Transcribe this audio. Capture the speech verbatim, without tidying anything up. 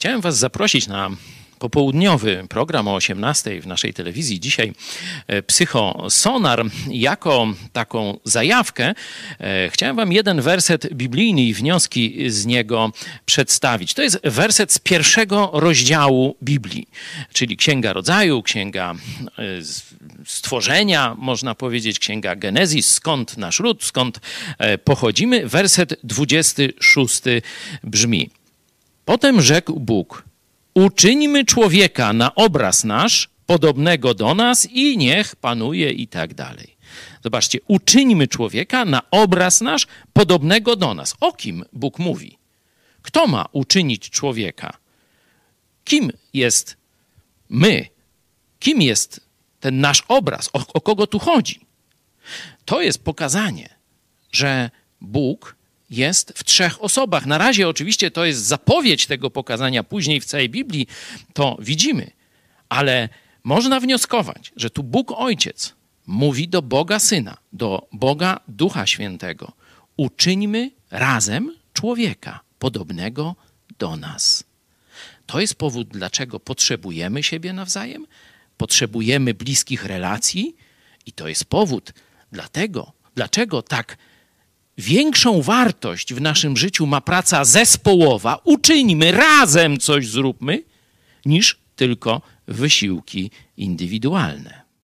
Chciałem was zaprosić na popołudniowy program o osiemnastej w naszej telewizji. Dzisiaj Psychosonar. Jako taką zajawkę chciałem wam jeden werset biblijny i wnioski z niego przedstawić. To jest werset z pierwszego rozdziału Biblii, czyli Księga Rodzaju, Księga Stworzenia, można powiedzieć, Księga Genezis, skąd nasz ród, skąd pochodzimy. Werset dwudziesty szósty brzmi: Potem rzekł Bóg: uczyńmy człowieka na obraz nasz, podobnego do nas i niech panuje i tak dalej. Zobaczcie, uczyńmy człowieka na obraz nasz, podobnego do nas. O kim Bóg mówi? Kto ma uczynić człowieka? Kim jest my? Kim jest ten nasz obraz? O, o kogo tu chodzi? To jest pokazanie, że Bóg jest w trzech osobach. Na razie oczywiście to jest zapowiedź tego pokazania, później w całej Biblii to widzimy, ale można wnioskować, że tu Bóg Ojciec mówi do Boga Syna, do Boga Ducha Świętego: uczyńmy razem człowieka podobnego do nas. To jest powód, dlaczego potrzebujemy siebie nawzajem, potrzebujemy bliskich relacji i to jest powód dlatego, dlaczego tak większą wartość w naszym życiu ma praca zespołowa, uczyńmy, razem coś zróbmy, niż tylko wysiłki indywidualne.